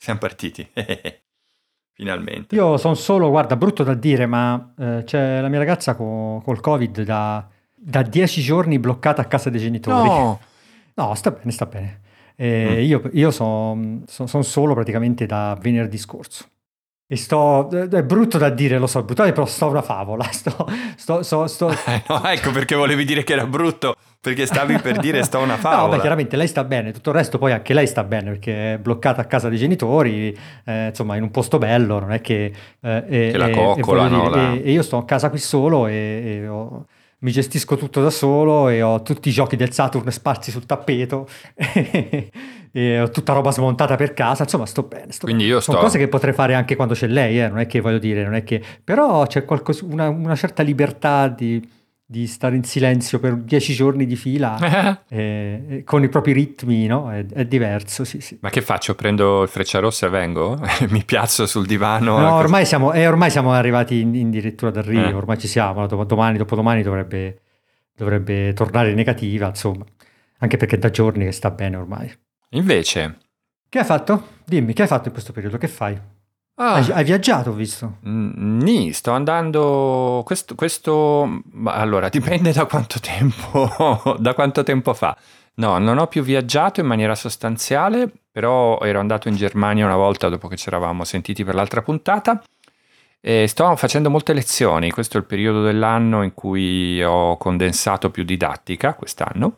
Siamo partiti. Finalmente. Io sono solo, guarda, brutto da dire, ma c'è la mia ragazza col Covid da 10 giorni bloccata a casa dei genitori. No! No, sta bene, sta bene. Mm. Io sono solo praticamente da venerdì scorso. E è brutto da dire, lo so, è brutale, però sto una favola. No, ecco perché volevi dire che era brutto, perché stavi per dire sto una No, beh, favola. chiaramente lei sta bene, tutto il resto poi anche lei sta bene perché è bloccata a casa dei genitori, insomma, in un posto bello, non è che... Che la e voglio coccola, no? dire, e io sto a casa qui solo e mi gestisco tutto da solo e ho tutti i giochi del Saturn sparsi sul tappeto e ho tutta roba smontata per casa, insomma, sto bene, sto Quindi bene. io Sono cose sto... che potrei fare anche quando c'è lei, non è che voglio dire, non è che... Però c'è una certa libertà di stare in silenzio per 10 giorni di fila con i propri ritmi, no? È diverso, sì, sì. Ma che faccio? Prendo il Frecciarossa e vengo? Mi piazzo sul divano? No, ormai siamo arrivati in dirittura d'arrivo, Eh. ormai ci siamo, domani, dopodomani dovrebbe tornare negativa, insomma, anche perché è da giorni che sta bene ormai. Invece... Che hai fatto? Dimmi, che hai fatto in questo periodo? Che fai? Hai Ah, viaggiato, ho visto. nì, sto andando... ma allora, dipende da quanto tempo... da quanto tempo fa. No, non ho più viaggiato in maniera sostanziale, però ero andato in Germania una volta dopo che ci eravamo sentiti per l'altra puntata e sto facendo molte lezioni. Questo è il periodo dell'anno in cui ho condensato più didattica quest'anno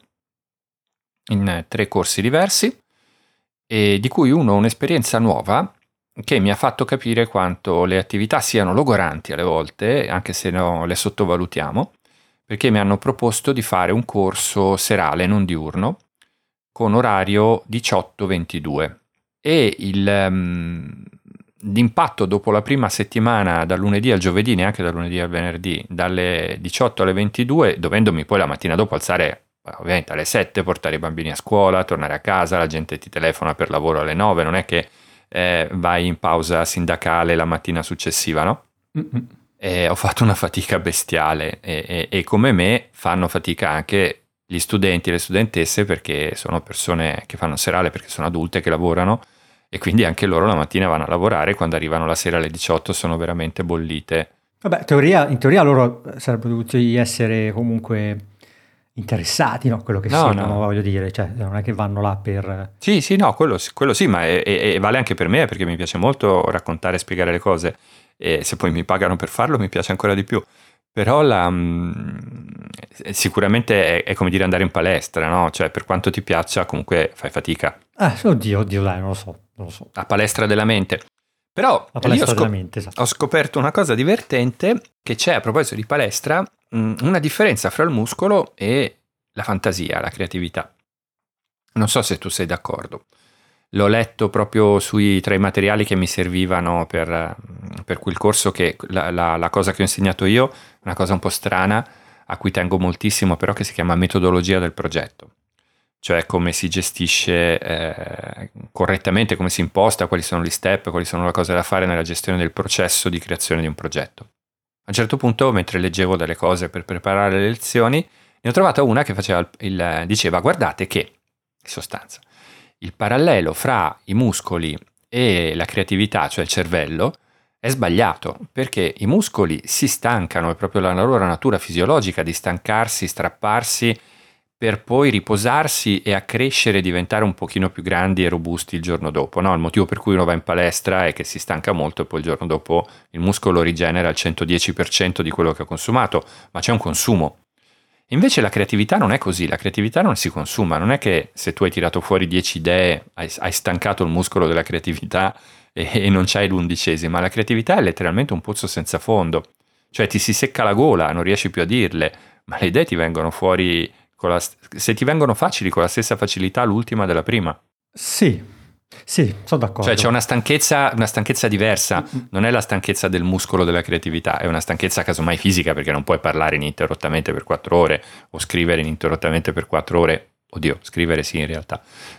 in 3 corsi diversi e di cui uno un'esperienza nuova che mi ha fatto capire quanto le attività siano logoranti alle volte, anche se no, le sottovalutiamo, perché mi hanno proposto di fare un corso serale, non diurno, con orario 18-22 e l'impatto dopo la prima settimana dal lunedì al giovedì, neanche dal lunedì al venerdì, dalle 18 alle 22, dovendomi poi la mattina dopo alzare ovviamente alle 7, portare i bambini a scuola, tornare a casa, la gente ti telefona per lavoro alle 9, non è che vai in pausa sindacale la mattina successiva, no? Mm-mm. E ho fatto una fatica bestiale e come me fanno fatica anche gli studenti e le studentesse perché sono persone che fanno serale perché sono adulte che lavorano e quindi anche loro la mattina vanno a lavorare, quando arrivano la sera alle 18 sono veramente bollite. Vabbè, in teoria loro sarebbero dovuti essere comunque interessati, no? Quello che No, seguono, no. voglio dire, cioè non è che vanno là per... Sì, sì, no, quello sì, ma e vale anche per me perché mi piace molto raccontare e spiegare le cose e se poi mi pagano per farlo mi piace ancora di più. Però sicuramente è come dire andare in palestra, no? Cioè per quanto ti piaccia comunque fai fatica. Oddio, dai, non lo so. La palestra della mente. Però La lì palestra della mente, esatto. ho scoperto una cosa divertente che c'è a proposito di palestra, una differenza fra il muscolo e la fantasia, la creatività. Non so se tu sei d'accordo. L'ho letto proprio tra i materiali che mi servivano per quel corso che la cosa che ho insegnato io, una cosa un po' strana, a cui tengo moltissimo, però che si chiama metodologia del progetto. Cioè come si gestisce correttamente, come si imposta, quali sono gli step, quali sono le cose da fare nella gestione del processo di creazione di un progetto. A un certo punto, mentre leggevo delle cose per preparare le lezioni, ne ho trovata una che diceva guardate che, in sostanza, il parallelo fra i muscoli e la creatività, cioè il cervello, è sbagliato, perché i muscoli si stancano, è proprio la loro natura fisiologica di stancarsi, strapparsi, per poi riposarsi e accrescere e diventare un pochino più grandi e robusti il giorno dopo. No? Il motivo per cui uno va in palestra è che si stanca molto e poi il giorno dopo il muscolo rigenera il 110% di quello che ha consumato, ma c'è un consumo. Invece la creatività non è così, la creatività non si consuma, non è che se tu hai tirato fuori 10 idee hai stancato il muscolo della creatività e non c'hai l'11ª, la creatività è letteralmente un pozzo senza fondo, cioè ti si secca la gola, non riesci più a dirle, ma le idee ti vengono fuori, se ti vengono facili con la stessa facilità l'ultima della prima. Sì, sono d'accordo. Cioè c'è una stanchezza diversa, Mm-mm. non è la stanchezza del muscolo della creatività, è una stanchezza casomai fisica perché non puoi parlare ininterrottamente per 4 ore o scrivere ininterrottamente per 4 ore. Oddio, scrivere sì in realtà.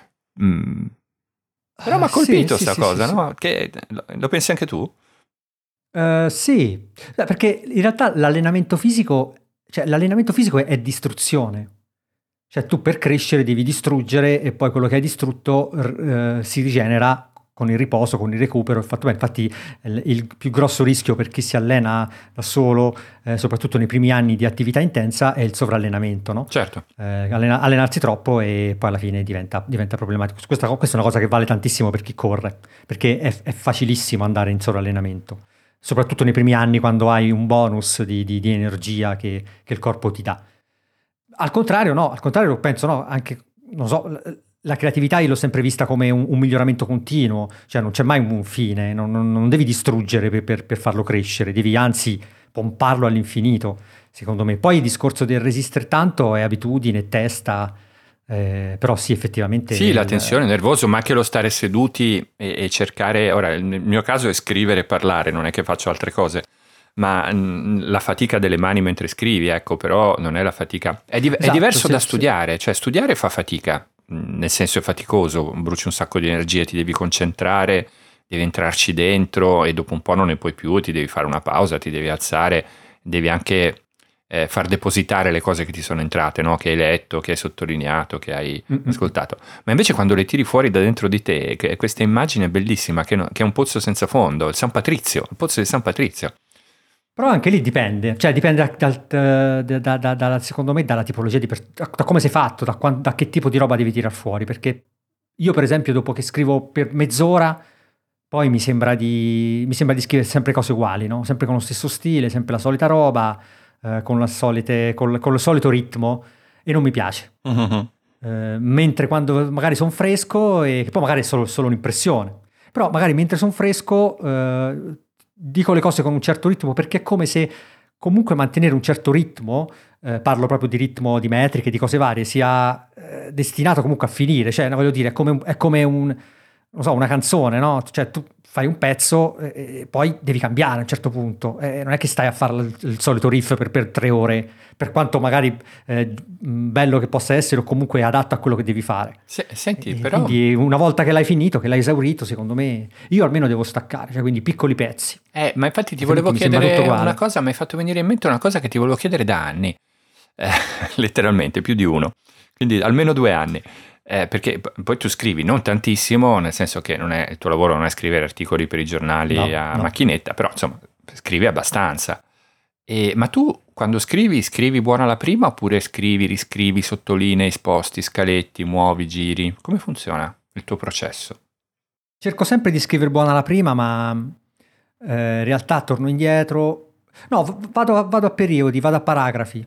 Però mi ha colpito sta cosa, sì. no? Che, lo pensi anche tu? Sì, perché in realtà l'allenamento fisico è distruzione. Cioè tu per crescere devi distruggere e poi quello che hai distrutto si rigenera con il riposo, con il recupero. Infatti il più grosso rischio per chi si allena da solo, soprattutto nei primi anni di attività intensa, è il sovrallenamento, no? Certo. Allenarsi troppo e poi alla fine diventa problematico. Questa è una cosa che vale tantissimo per chi corre, perché è facilissimo andare in sovrallenamento, soprattutto nei primi anni quando hai un bonus di energia che il corpo ti dà. Al contrario penso, no, anche, non so, la creatività io l'ho sempre vista come un miglioramento continuo, cioè non c'è mai un fine, non devi distruggere per farlo crescere, devi anzi pomparlo all'infinito, secondo me. Poi il discorso del resistere tanto è abitudine, testa, però sì, effettivamente... Sì, la tensione, il nervoso, ma anche lo stare seduti e cercare... Ora, il mio caso è scrivere e parlare, non è che faccio altre cose, ma la fatica delle mani mentre scrivi, ecco, però non è la fatica... È diverso da studiare, cioè studiare fa fatica, nel senso è faticoso, bruci un sacco di energie, ti devi concentrare, devi entrarci dentro e dopo un po' non ne puoi più, ti devi fare una pausa, ti devi alzare, devi anche far depositare le cose che ti sono entrate, no? Che hai letto, che hai sottolineato, che hai ascoltato. Ma invece quando le tiri fuori da dentro di te, che questa immagine bellissima che è un pozzo senza fondo, il pozzo di San Patrizio. Però anche lì dipende, cioè dipende secondo me dalla tipologia da come sei fatto, da che tipo di roba devi tirar fuori, perché io per esempio dopo che scrivo per mezz'ora poi mi sembra di scrivere sempre cose uguali, no? Sempre con lo stesso stile, sempre la solita roba, con il solito ritmo, e non mi piace. Mentre quando magari sono fresco, e poi magari è solo un'impressione, però magari mentre sono fresco dico le cose con un certo ritmo, perché è come se comunque mantenere un certo ritmo, parlo proprio di ritmo, di metriche, di cose varie, sia destinato comunque a finire, cioè voglio dire, è come non so, una canzone, no? Cioè tu fai un pezzo e poi devi cambiare a un certo punto, non è che stai a fare il solito riff per 3 ore, per quanto magari bello che possa essere o comunque adatto a quello che devi fare. Senti, però... Quindi una volta che l'hai finito, che l'hai esaurito, secondo me, io almeno devo staccare, cioè quindi piccoli pezzi. Ma infatti ti volevo chiedere una cosa, mi hai fatto venire in mente una cosa che ti volevo chiedere da anni, letteralmente, più di uno, quindi almeno 2 anni. Perché poi tu scrivi non tantissimo, nel senso che il tuo lavoro non è scrivere articoli per i giornali a macchinetta, però insomma scrivi abbastanza. Ma tu quando scrivi buona la prima oppure scrivi, riscrivi, sottolinei, sposti, scaletti, muovi, giri? Come funziona il tuo processo? Cerco sempre di scrivere buona la prima, ma in realtà torno indietro. No, vado a periodi, vado a paragrafi.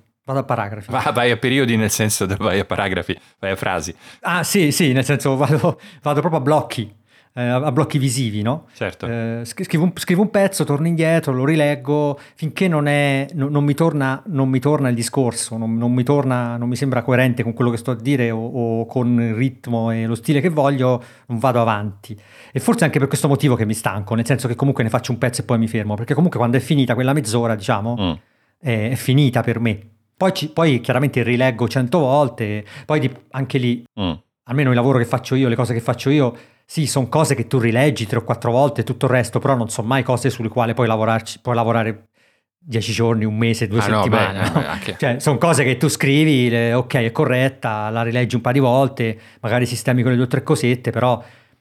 Vai a periodi, nel senso vai a paragrafi, vai a frasi. Ah sì, nel senso vado proprio a blocchi visivi, no? Certo. Scrivo un pezzo, torno indietro, lo rileggo, finché non mi torna il discorso, non mi sembra coerente con quello che sto a dire o con il ritmo e lo stile che voglio, non vado avanti. E forse anche per questo motivo che mi stanco, nel senso che comunque ne faccio un pezzo e poi mi fermo, perché comunque quando è finita quella mezz'ora, diciamo, è finita per me. Poi chiaramente rileggo 100 volte, poi anche lì, almeno il lavoro che faccio io, le cose che faccio io, sì, sono cose che tu rileggi 3 o 4 volte e tutto il resto, però non sono mai cose sulle quali puoi lavorare 10 giorni, un mese, 2 settimane. No? Cioè, sono cose che tu scrivi, ok, è corretta, la rileggi un paio di volte, magari sistemi con le 2 o 3 cosette, però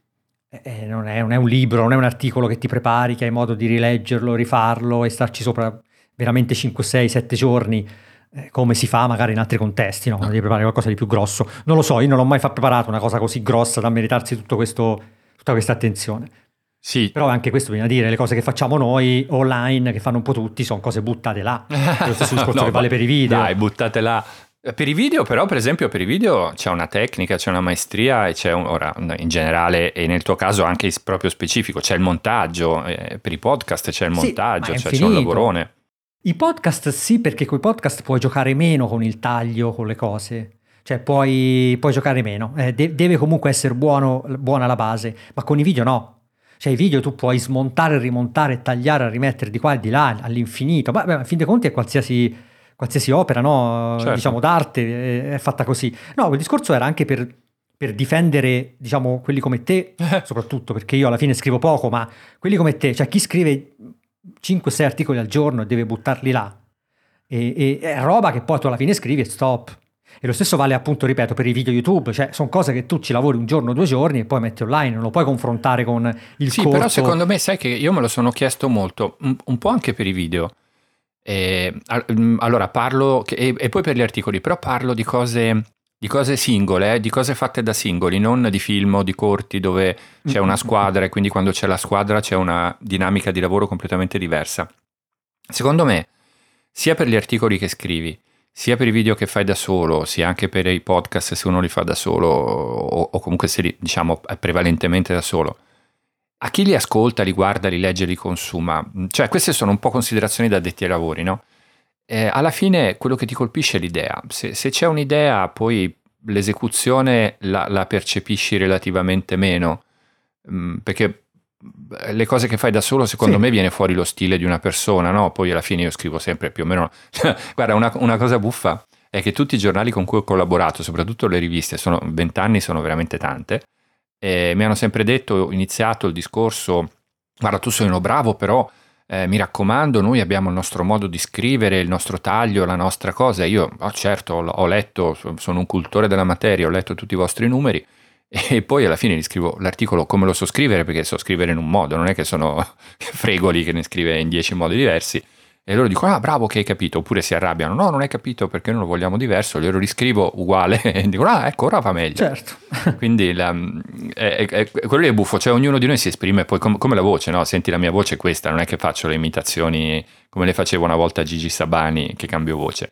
non è un libro, non è un articolo che ti prepari, che hai modo di rileggerlo, rifarlo e starci sopra veramente 5, 6, 7 giorni. Come si fa magari in altri contesti, no? Devi preparare qualcosa di più grosso. Non lo so, io non l'ho mai preparato una cosa così grossa da meritarsi tutta questa attenzione. Sì. Però anche questo bisogna dire, le cose che facciamo noi online, che fanno un po' tutti, sono cose buttate là. Lo stesso discorso che vale per i video. Dai, buttate là. Per i video però, per esempio, per i video c'è una tecnica, c'è una maestria e ora in generale e nel tuo caso anche proprio specifico, c'è il montaggio, per i podcast c'è il montaggio, c'è un lavorone. I podcast sì, perché con i podcast puoi giocare meno con il taglio, con le cose. Cioè puoi giocare meno. Deve comunque essere buona la base, ma con i video no. Cioè i video tu puoi smontare, rimontare, tagliare, rimettere di qua e di là all'infinito. Ma a fin dei conti è qualsiasi opera, no? Certo. Diciamo d'arte è fatta così. No, il discorso era anche per difendere, diciamo, quelli come te, soprattutto perché io alla fine scrivo poco, ma quelli come te, cioè chi scrive 5-6 articoli al giorno e deve buttarli là, e è roba che poi tu alla fine scrivi e stop. E lo stesso vale appunto, ripeto, per i video YouTube, cioè sono cose che tu ci lavori un giorno, 2 giorni e poi metti online, non lo puoi confrontare con il Sì, corto. però secondo me, sai che io me lo sono chiesto molto, un po' anche per i video. Allora parlo, e poi per gli articoli, però parlo di cose singole, di cose fatte da singoli, non di film o di corti dove c'è una squadra e quindi quando c'è la squadra c'è una dinamica di lavoro completamente diversa. Secondo me, sia per gli articoli che scrivi, sia per i video che fai da solo, sia anche per i podcast se uno li fa da solo o comunque se li, diciamo, prevalentemente da solo, a chi li ascolta, li guarda, li legge, li consuma, cioè queste sono un po' considerazioni da addetti ai lavori, no? Alla fine quello che ti colpisce è l'idea. Se c'è un'idea, poi l'esecuzione la percepisci relativamente meno, perché le cose che fai da solo, secondo me, viene fuori lo stile di una persona, no? Poi alla fine io scrivo sempre più o meno. Guarda, una cosa buffa è che tutti i giornali con cui ho collaborato, soprattutto le riviste, 20 anni sono veramente tante, mi hanno sempre detto, ho iniziato il discorso, guarda, tu sei uno bravo, però mi raccomando, noi abbiamo il nostro modo di scrivere, il nostro taglio, la nostra cosa. Io, certo, ho letto, sono un cultore della materia, ho letto tutti i vostri numeri e poi alla fine gli scrivo l'articolo come lo so scrivere, perché so scrivere in un modo, non è che sono Fregoli che ne scrive in 10 modi diversi. E loro dicono, ah, bravo che hai capito, oppure si arrabbiano, no, non hai capito perché noi lo vogliamo diverso, glielo riscrivo uguale e dicono, ah, ecco, ora va meglio. Certo. Quindi quello lì è buffo, cioè ognuno di noi si esprime poi come la voce, no? Senti, la mia voce è questa, non è che faccio le imitazioni come le facevo una volta Gigi Sabani, che cambio voce.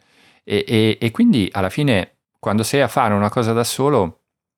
E quindi alla fine, quando sei a fare una cosa da solo,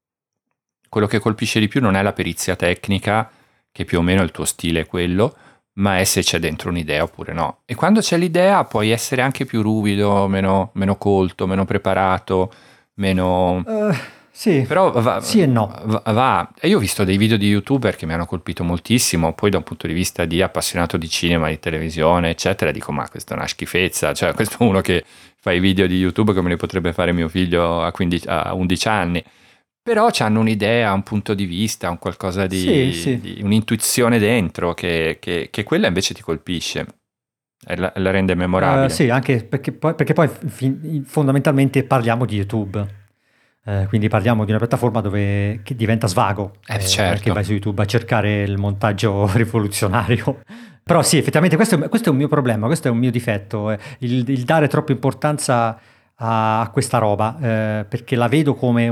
quello che colpisce di più non è la perizia tecnica, che più o meno il tuo stile è quello, ma è se c'è dentro un'idea oppure no. E quando c'è l'idea puoi essere anche più ruvido, meno colto, meno preparato, meno... Sì, però sì e no. E io ho visto dei video di YouTuber che mi hanno colpito moltissimo, poi da un punto di vista di appassionato di cinema, di televisione, eccetera, dico, ma questa è una schifezza, cioè questo è uno che fa i video di YouTube come li potrebbe fare mio figlio a 11 anni. Però hanno un'idea, un punto di vista, un qualcosa di un'intuizione dentro che quella invece ti colpisce e la rende memorabile. Sì, anche perché poi fondamentalmente parliamo di YouTube. Quindi parliamo di una piattaforma che diventa svago, certo. che vai su YouTube a cercare il montaggio rivoluzionario. Però sì, effettivamente questo è un mio problema, questo è un mio difetto, il dare troppa importanza a questa roba, perché la vedo come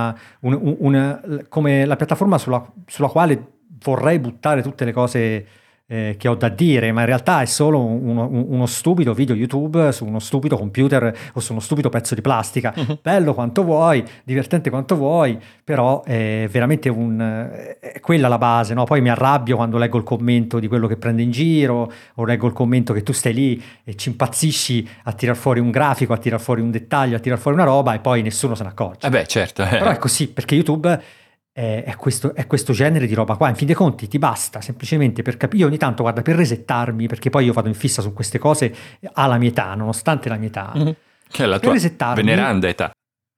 come la piattaforma sulla quale vorrei buttare tutte le cose che ho da dire, ma in realtà è solo uno stupido video YouTube su uno stupido computer o su uno stupido pezzo di plastica. Bello quanto vuoi, divertente quanto vuoi, però è veramente è quella la base, no? Poi mi arrabbio quando leggo il commento di quello che prende in giro, o leggo il commento che tu stai lì e ci impazzisci a tirar fuori un grafico, a tirar fuori un dettaglio, a tirar fuori una roba e poi nessuno se ne accorge. Beh, certo. Però è così, perché YouTube è questo genere di roba qua. In fin dei conti ti basta semplicemente per capire. Io ogni tanto, guarda, per resettarmi, perché poi io vado in fissa su queste cose alla mia età, nonostante la mia età, che è la tua veneranda età.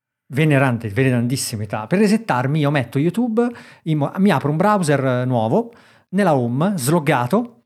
Venerandissima età. Per resettarmi io metto YouTube, mi apro un browser nuovo, nella home, sloggato,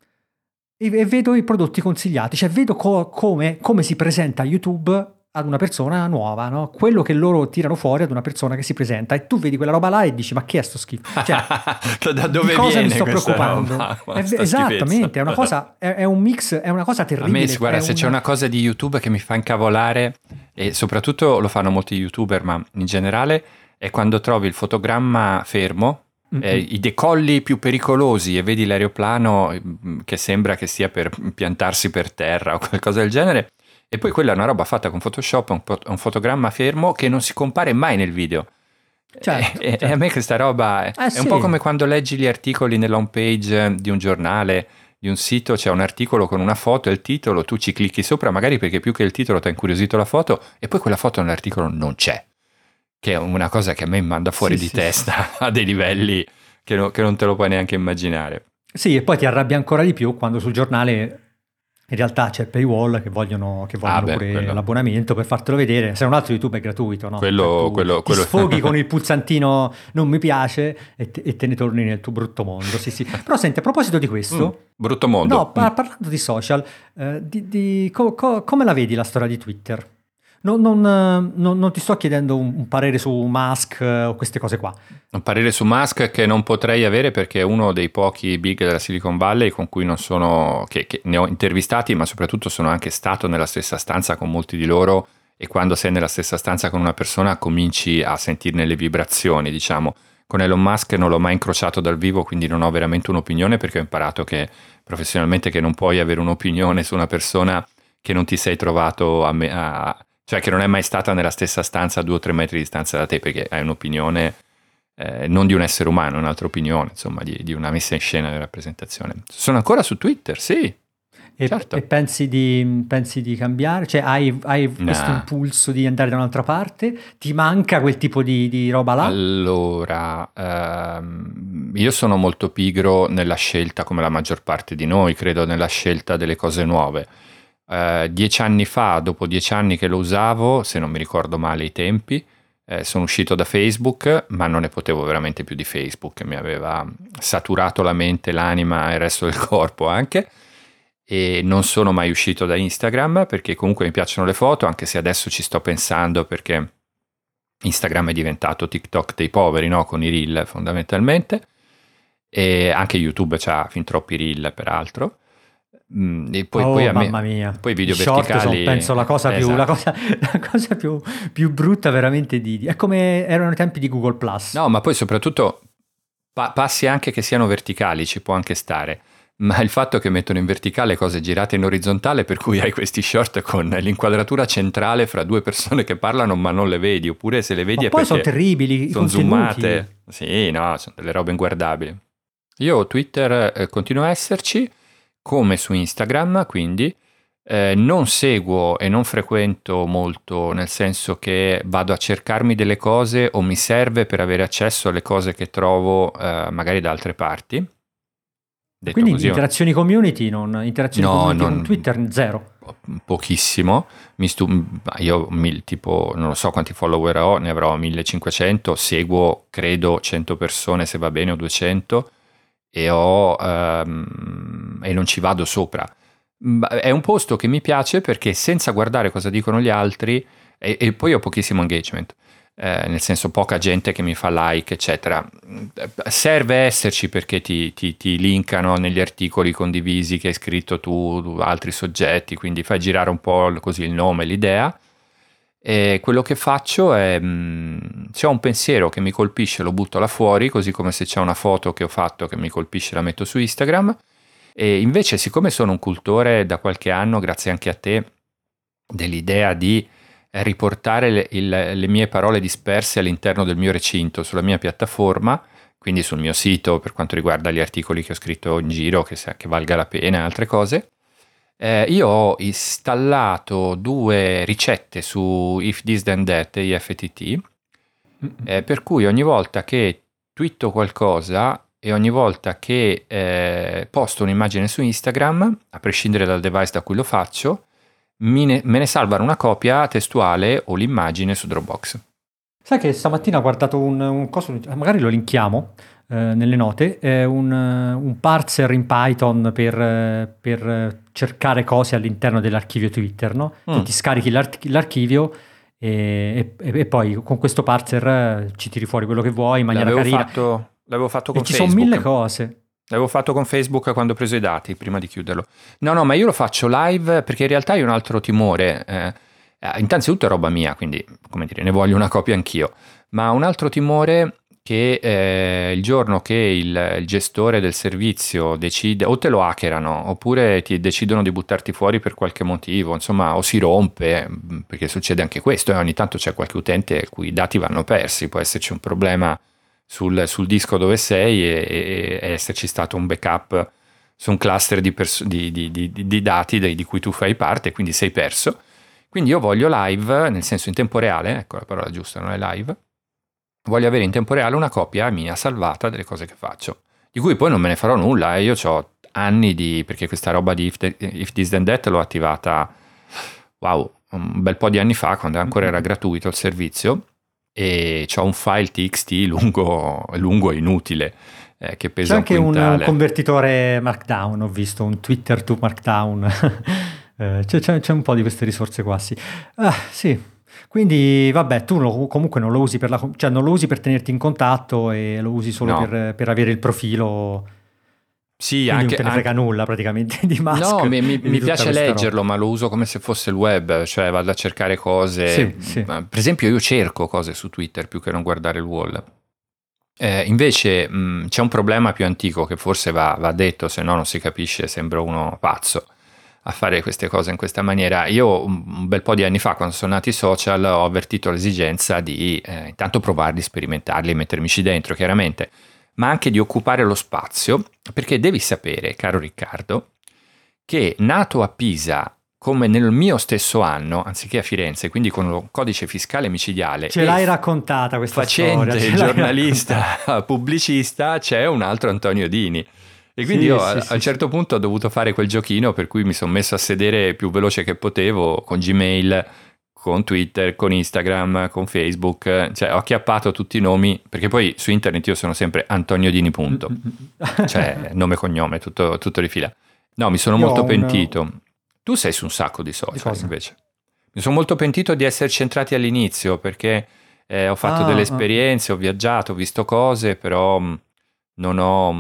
e vedo i prodotti consigliati, cioè vedo come si presenta YouTube ad una persona nuova, no? Quello che loro tirano fuori ad una persona che si presenta, e tu vedi quella roba là e dici, ma che è sto schifo? Cioè, da dove di cosa viene mi sto preoccupando? Esattamente, è una cosa, è un mix, è una cosa terribile. A me, guarda, se c'è una cosa di YouTube che mi fa incavolare, e soprattutto lo fanno molti YouTuber, ma in generale, è quando trovi il fotogramma fermo, i decolli più pericolosi e vedi l'aeroplano che sembra che stia per piantarsi per terra o qualcosa del genere. E poi quella è una roba fatta con Photoshop, un fotogramma fermo che non si compare mai nel video. Certo. E a me questa roba è un po' come quando leggi gli articoli nella home page di un giornale, di un sito, c'è un articolo con una foto e il titolo, tu ci clicchi sopra magari perché più che il titolo ti ha incuriosito la foto e poi quella foto nell'articolo non c'è, che è una cosa che a me manda fuori di testa a dei livelli che non te lo puoi neanche immaginare. Sì, e poi ti arrabbia ancora di più quando sul giornale in realtà c'è il paywall che vogliono pure l'abbonamento per fartelo vedere. Se non altro YouTube è gratuito, no? Quello sfoghi con il pulsantino non mi piace e te ne torni nel tuo brutto mondo. Sì. Però senti, a proposito di questo... brutto mondo. No, parlando di social, come la vedi la storia di Twitter? Non ti sto chiedendo un parere su Musk o queste cose qua. Un parere su Musk che non potrei avere perché è uno dei pochi big della Silicon Valley con cui non sono, che ne ho intervistati, ma soprattutto sono anche stato nella stessa stanza con molti di loro, e quando sei nella stessa stanza con una persona cominci a sentirne le vibrazioni, diciamo. Con Elon Musk non l'ho mai incrociato dal vivo, quindi non ho veramente un'opinione, perché ho imparato che professionalmente che non puoi avere un'opinione su una persona che non ti sei trovato cioè che non è mai stata nella stessa stanza a 2 o 3 metri di distanza da te, perché hai un'opinione non di un essere umano, è un'altra opinione, insomma, di una messa in scena della rappresentazione. Sono ancora su Twitter, sì, certo. E pensi di cambiare? Cioè hai questo No. impulso di andare da un'altra parte? Ti manca quel tipo di roba là? Allora, io sono molto pigro nella scelta, come la maggior parte di noi, credo nella scelta delle cose nuove. 10 anni fa, dopo 10 anni che lo usavo, se non mi ricordo male i tempi, sono uscito da Facebook, ma non ne potevo veramente più di Facebook, mi aveva saturato la mente, l'anima e il resto del corpo anche. E non sono mai uscito da Instagram perché comunque mi piacciono le foto, anche se adesso ci sto pensando perché Instagram è diventato TikTok dei poveri, no? Con i reel fondamentalmente, e anche YouTube c'ha fin troppi reel peraltro. E poi a me, mamma mia, poi i video short verticali, penso la cosa più, esatto. la cosa più brutta veramente è come erano i tempi di Google Plus. No, ma poi soprattutto passi anche che siano verticali, ci può anche stare, ma il fatto che mettono in verticale cose girate in orizzontale, per cui hai questi short con l'inquadratura centrale fra 2 persone che parlano ma non le vedi, oppure se le vedi Ma è poi sono perché terribili i sono contenuti. zoomate. Sì, no, sono delle robe inguardabili. Io Twitter continuo a esserci, come su Instagram, quindi non seguo e non frequento molto, nel senso che vado a cercarmi delle cose o mi serve per avere accesso alle cose che trovo magari da altre parti. Detto Quindi così, interazioni no, community con Twitter zero. pochissimo. Io tipo non lo so quanti follower ho, ne avrò 1500, seguo credo 100 persone se va bene o 200, e e non ci vado sopra. È un posto che mi piace perché senza guardare cosa dicono gli altri, e poi ho pochissimo engagement, nel senso poca gente che mi fa like, eccetera. Serve esserci perché ti linkano negli articoli condivisi che hai scritto tu, altri soggetti, quindi fai girare un po' così il nome, l'idea. E quello che faccio è, se ho un pensiero che mi colpisce lo butto là fuori, così come se c'è una foto che ho fatto che mi colpisce la metto su Instagram. E invece, siccome sono un cultore da qualche anno, grazie anche a te, dell'idea di riportare le mie parole disperse all'interno del mio recinto, sulla mia piattaforma, quindi sul mio sito per quanto riguarda gli articoli che ho scritto in giro, che valga la pena, e altre cose, io ho installato 2 ricette su If This Then That, IFTT, per cui ogni volta che twitto qualcosa e ogni volta che posto un'immagine su Instagram, a prescindere dal device da cui lo faccio, me ne salvano una copia testuale o l'immagine su Dropbox. Sai che stamattina ho guardato un coso, magari lo linkiamo nelle note, un parser in Python per cercare cose all'interno dell'archivio Twitter, no? Tu ti scarichi l'archivio e poi con questo parser ci tiri fuori quello che vuoi in maniera carina. L'avevo fatto con e ci Facebook. sono 1000 cose. L'avevo fatto con Facebook quando ho preso i dati, prima di chiuderlo. No, ma io lo faccio live perché in realtà hai un altro timore. Innanzitutto è roba mia, quindi, come dire, ne voglio una copia anch'io. Ma un altro timore che il giorno che il gestore del servizio decide, o te lo hackerano, oppure ti decidono di buttarti fuori per qualche motivo, insomma, o si rompe, perché succede anche questo, e ogni tanto c'è qualche utente a cui i dati vanno persi, può esserci un problema sul disco dove sei e esserci stato un backup su un cluster di dati di cui tu fai parte, quindi sei perso. Quindi io voglio live, nel senso in tempo reale, ecco la parola giusta, non è live, voglio avere in tempo reale una copia mia salvata delle cose che faccio, di cui poi non me ne farò nulla, io ho anni perché questa roba di If This Then That l'ho attivata, wow, un bel po' di anni fa, quando ancora era gratuito il servizio, e c'ho un file TXT lungo e inutile, che pesa C'è anche un quintale. un convertitore Markdown, ho visto, un Twitter to Markdown. C'è un po' di queste risorse qua, sì. Sì. Quindi vabbè, tu comunque non lo usi cioè non lo usi per tenerti in contatto e lo usi solo No. per avere il profilo, Sì, quindi non anche, te ne frega nulla praticamente di Musk no, mi, mi- e di mi tutta piace questa roba. leggerlo, ma lo uso come se fosse il web, cioè vado a cercare cose. Sì, sì. Per esempio, io cerco cose su Twitter più che non guardare il wall. Invece c'è un problema più antico che forse va detto, se no non si capisce, sembra uno pazzo a fare queste cose in questa maniera. Io un bel po' di anni fa, quando sono nati i social, ho avvertito l'esigenza di intanto provarli, sperimentarli e mettermici dentro, chiaramente, ma anche di occupare lo spazio, perché devi sapere, caro Riccardo, che nato a Pisa come nel mio stesso anno, anziché a Firenze, quindi con un codice fiscale micidiale, Ce l'hai raccontata questa storia, facente ce il l'hai giornalista raccontata. pubblicista, c'è un altro Antonio Dini. E quindi Sì, io sì, a sì, un sì. certo punto ho dovuto fare quel giochino per cui mi sono messo a sedere più veloce che potevo con Gmail, con Twitter, con Instagram, con Facebook, cioè ho acchiappato tutti i nomi, perché poi su internet io sono sempre Antonio Dini Mm, punto, mm, mm. cioè nome e cognome, tutto di fila. No, mi sono Io ho molto un... pentito. Tu sei su un sacco di Di social cosa? invece. Mi sono molto pentito di esserci entrati all'inizio perché ho fatto delle Ah, ah, ah. esperienze, ho viaggiato, ho visto cose, però non ho...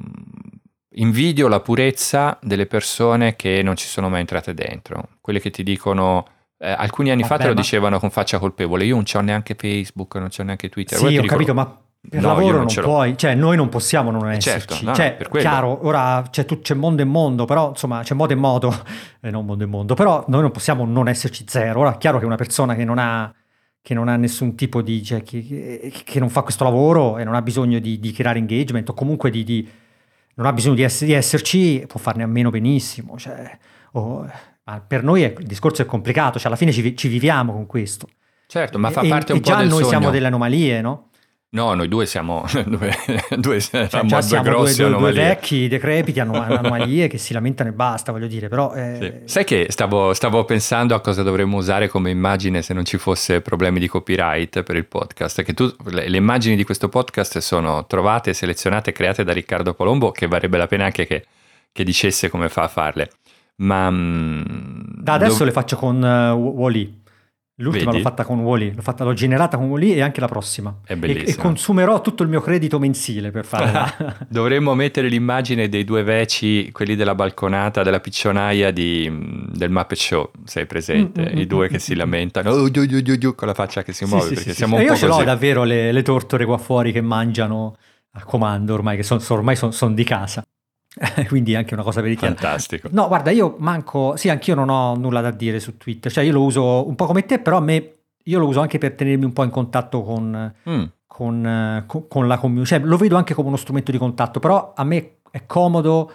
invidio la purezza delle persone che non ci sono mai entrate dentro. Quelle che ti dicono... alcuni anni fa te Vabbè, lo ma dicevano con faccia colpevole, io non c'ho neanche Facebook, non c'ho neanche Twitter. Ora sì, ti ho capito, dicono, ma per no, io lavoro non non ce l'ho. puoi, cioè noi non possiamo non E certo, esserci. no, per Cioè, quello. chiaro, ora c'è mondo e mondo, però insomma c'è modo e modo, e non mondo e mondo, però noi non possiamo non esserci zero. Ora, è chiaro che una persona che non ha nessun tipo di, cioè, che non fa questo lavoro e non ha bisogno di creare engagement o comunque non ha bisogno di esserci, può farne a meno benissimo. Cioè, ma per noi il discorso è complicato, cioè alla fine ci viviamo con questo. Certo, ma fa parte un E po' già del noi siamo sogno. delle anomalie, no? No, noi due siamo due, Cioè, siamo già due siamo grossi due anomalie. vecchi decrepiti, anomalie che si lamentano e basta, voglio dire, però Sì. Sai che stavo pensando a cosa dovremmo usare come immagine se non ci fosse problemi di copyright per il podcast, che le immagini di questo podcast sono trovate, selezionate, create da Riccardo Colombo, che varrebbe la pena anche che dicesse come fa a farle. Ma da adesso le faccio con Wall-E. L'ultima l'ho vedi? fatta con Wall-E, l'ho generata con Wall-E e anche la prossima. È E bellissima. consumerò tutto il mio credito mensile per farla. Dovremmo mettere l'immagine dei due veci, quelli della balconata, della piccionaia del Muppet Show, sei presente? I due che si Mm. lamentano con la faccia che si Sì, muove, sì, sì, perché sì, siamo sì. un E io po' ce l'ho così. davvero le tortore qua fuori che mangiano a comando ormai, che ormai sono di casa. Quindi è anche una cosa veritiera. Fantastico. No, guarda, io manco... Sì, anch'io non ho nulla da dire su Twitter. Cioè, io lo uso un po' come te, però a me... Io lo uso anche per tenermi un po' in contatto Mm. con la community. Cioè, lo vedo anche come uno strumento di contatto, però a me è comodo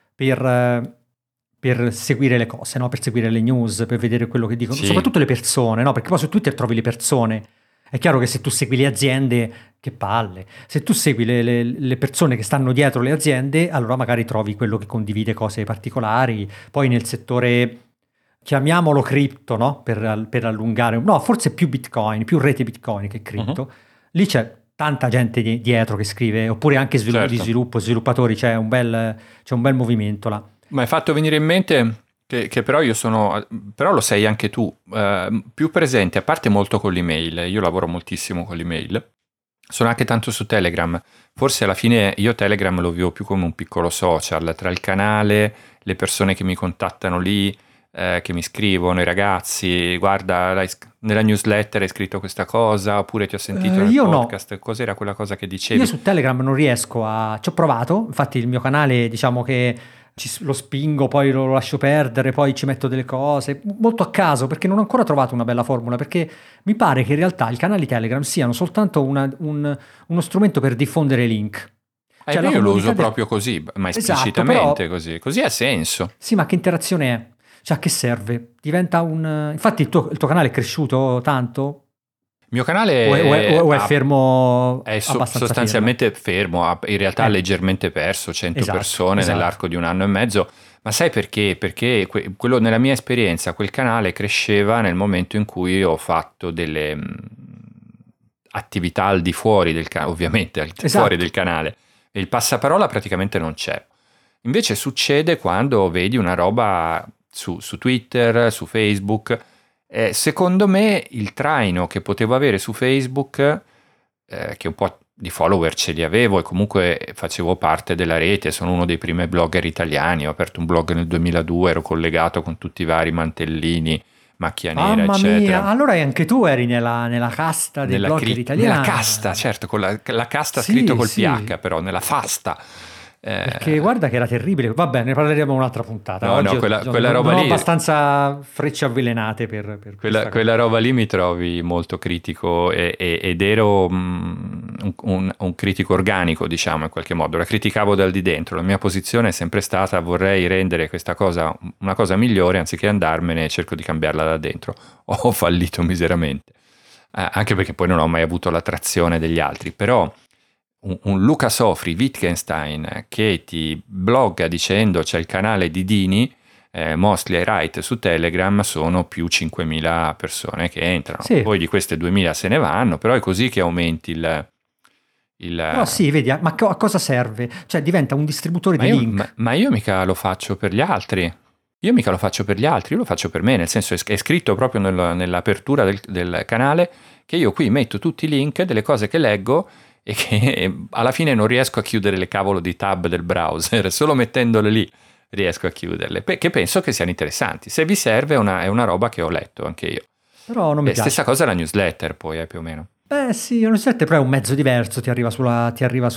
per seguire le cose, no? Per seguire le news, per vedere quello che dicono, Sì, soprattutto le persone, no? Perché poi su Twitter trovi le persone. È chiaro che se tu segui le aziende, che palle. Se tu segui le persone che stanno dietro le aziende, allora magari trovi quello che condivide cose particolari. Poi nel settore, chiamiamolo cripto, no? Per allungare, no, forse più Bitcoin, più rete Bitcoin che mhm, cripto. Lì c'è tanta gente dietro che scrive, oppure anche di certo. sviluppo, sviluppatori, c'è un bel movimento là. Mi hai fatto venire in mente che però io sono, però lo sei anche tu, più presente, a parte molto con l'email, io lavoro moltissimo con l'email, sono anche tanto su Telegram, forse alla fine io Telegram lo vivo più come un piccolo social, tra il canale, le persone che mi contattano lì, che mi scrivono, i ragazzi, guarda, nella newsletter hai scritto questa cosa, oppure ti ho sentito nel Io no, podcast, cos'era quella cosa che io dicevi? su Telegram non riesco a... Ci ho provato, infatti il mio canale diciamo che lo spingo, poi lo lascio perdere, poi ci metto delle cose, molto a caso perché non ho ancora trovato una bella formula, perché mi pare che in realtà i canali Telegram siano soltanto uno strumento per diffondere link. Cioè la Io lo uso comunità... proprio così, ma Esatto, esplicitamente però così ha senso. sì, ma che interazione è? Cioè a che serve? Diventa un... Infatti il tuo canale è cresciuto tanto? Il mio canale O è fermo è abbastanza fermo? sostanzialmente fermo, ha in realtà Eh, leggermente perso 100 esatto, persone esatto. nell'arco di un anno e mezzo, ma sai perché? Perché quello, nella mia esperienza quel canale cresceva nel momento in cui ho fatto delle attività al di fuori del canale, ovviamente al di fuori del Esatto. canale, e il passaparola praticamente non c'è. Invece succede quando vedi una roba su Twitter, su Facebook, Secondo me il traino che potevo avere su Facebook, che un po' di follower ce li avevo e comunque facevo parte della rete, sono uno dei primi blogger italiani, ho aperto un blog nel 2002, ero collegato con tutti i vari mantellini, macchia nera, Mamma eccetera. mia, allora anche tu eri nella casta dei blogger italiani. Nella casta, certo, con la casta Sì, scritto col sì. PH però, nella fasta. Perché guarda che era terribile. Vabbè, ne parleremo un'altra puntata. No, Oggi no, quella non roba ho lì, abbastanza frecce avvelenate per questa quella roba lì mi trovi molto critico ed ero un critico organico, diciamo, in qualche modo. La criticavo dal di dentro. La mia posizione è sempre stata: vorrei rendere questa cosa una cosa migliore, anziché andarmene cerco di cambiarla da dentro. Ho fallito miseramente, anche perché poi non ho mai avuto l'attrazione degli altri, però un Luca Sofri, Wittgenstein, che ti blogga dicendo c'è il canale di Dini, Mostly I Write su Telegram, sono più 5.000 persone che entrano. Sì. Poi di queste 2.000 se ne vanno, però è così che aumenti il... Però sì, vedi, ma a cosa serve? Cioè diventa un distributore di link. Ma io mica lo faccio per gli altri. Io mica lo faccio per gli altri, io lo faccio per me, nel senso è scritto proprio nell'apertura del canale che io qui metto tutti i link delle cose che leggo e che alla fine non riesco a chiudere le cavolo di tab del browser, solo mettendole lì riesco a chiuderle, che penso che siano interessanti. Se vi serve è una roba che ho letto anche io. Però non mi piace. Stessa cosa la newsletter poi, più o meno. Beh sì, una newsletter però è un mezzo diverso, ti arriva sulla ti arriva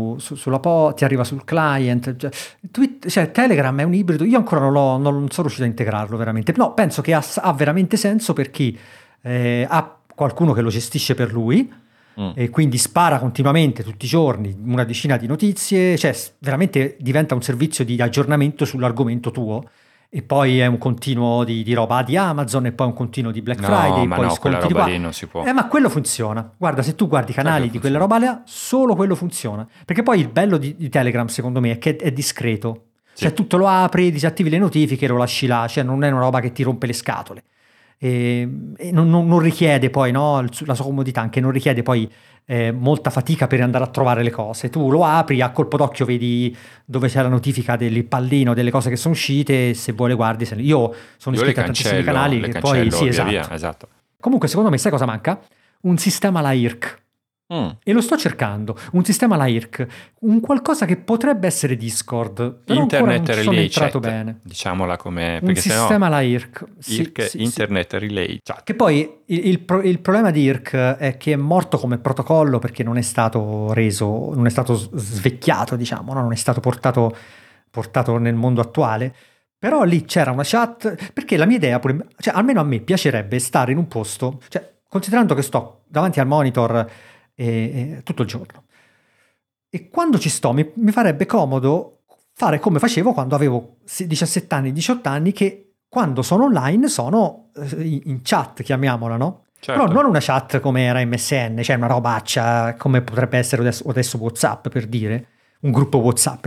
ti arriva sul client. Cioè, Telegram è un ibrido, io ancora non sono riuscito a integrarlo veramente. No, penso che ha veramente senso per chi ha qualcuno che lo gestisce per lui e quindi spara continuamente tutti i giorni una decina di notizie, cioè veramente diventa un servizio di aggiornamento sull'argomento tuo. E poi è un continuo di roba di Amazon e poi un continuo di Black Friday, ma poi no, quella sconti di roba qua. lì non si può. Ma quello funziona. Guarda, se tu guardi i canali di quella roba là, solo quello funziona. Perché poi il bello di Telegram, secondo me, è che è discreto. Sì. Cioè tu te lo apri, disattivi le notifiche e lo lasci là. Cioè non è una roba che ti rompe le scatole. E non richiede poi, no, la sua comodità, anche non richiede poi molta fatica per andare a trovare le cose. Tu lo apri, a colpo d'occhio vedi dove c'è la notifica del pallino delle cose che sono uscite, e se vuoi le guardi. Io sono iscritto a tantissimi canali che poi sì, esatto. Comunque secondo me sai cosa manca? Un sistema alla IRC. E lo sto cercando, un sistema alla IRC, un qualcosa che potrebbe essere Discord, però Internet non ci sono Relay entrato Chat, bene. Diciamola come... Un sistema alla IRC. Internet Relay Chat. Che poi il problema di IRC è che è morto come protocollo perché non è stato reso, non è stato svecchiato, diciamo, no? Non è stato portato nel mondo attuale. Però lì c'era una chat, perché la mia idea, cioè almeno a me piacerebbe stare in un posto, cioè considerando che sto davanti al monitor tutto il giorno. E quando ci sto mi farebbe comodo fare come facevo quando avevo 17 anni, 18 anni, che quando sono online sono in chat, chiamiamola, no? Certo. Però non una chat come era MSN, cioè una robaccia come potrebbe essere adesso WhatsApp, per dire. Un gruppo WhatsApp,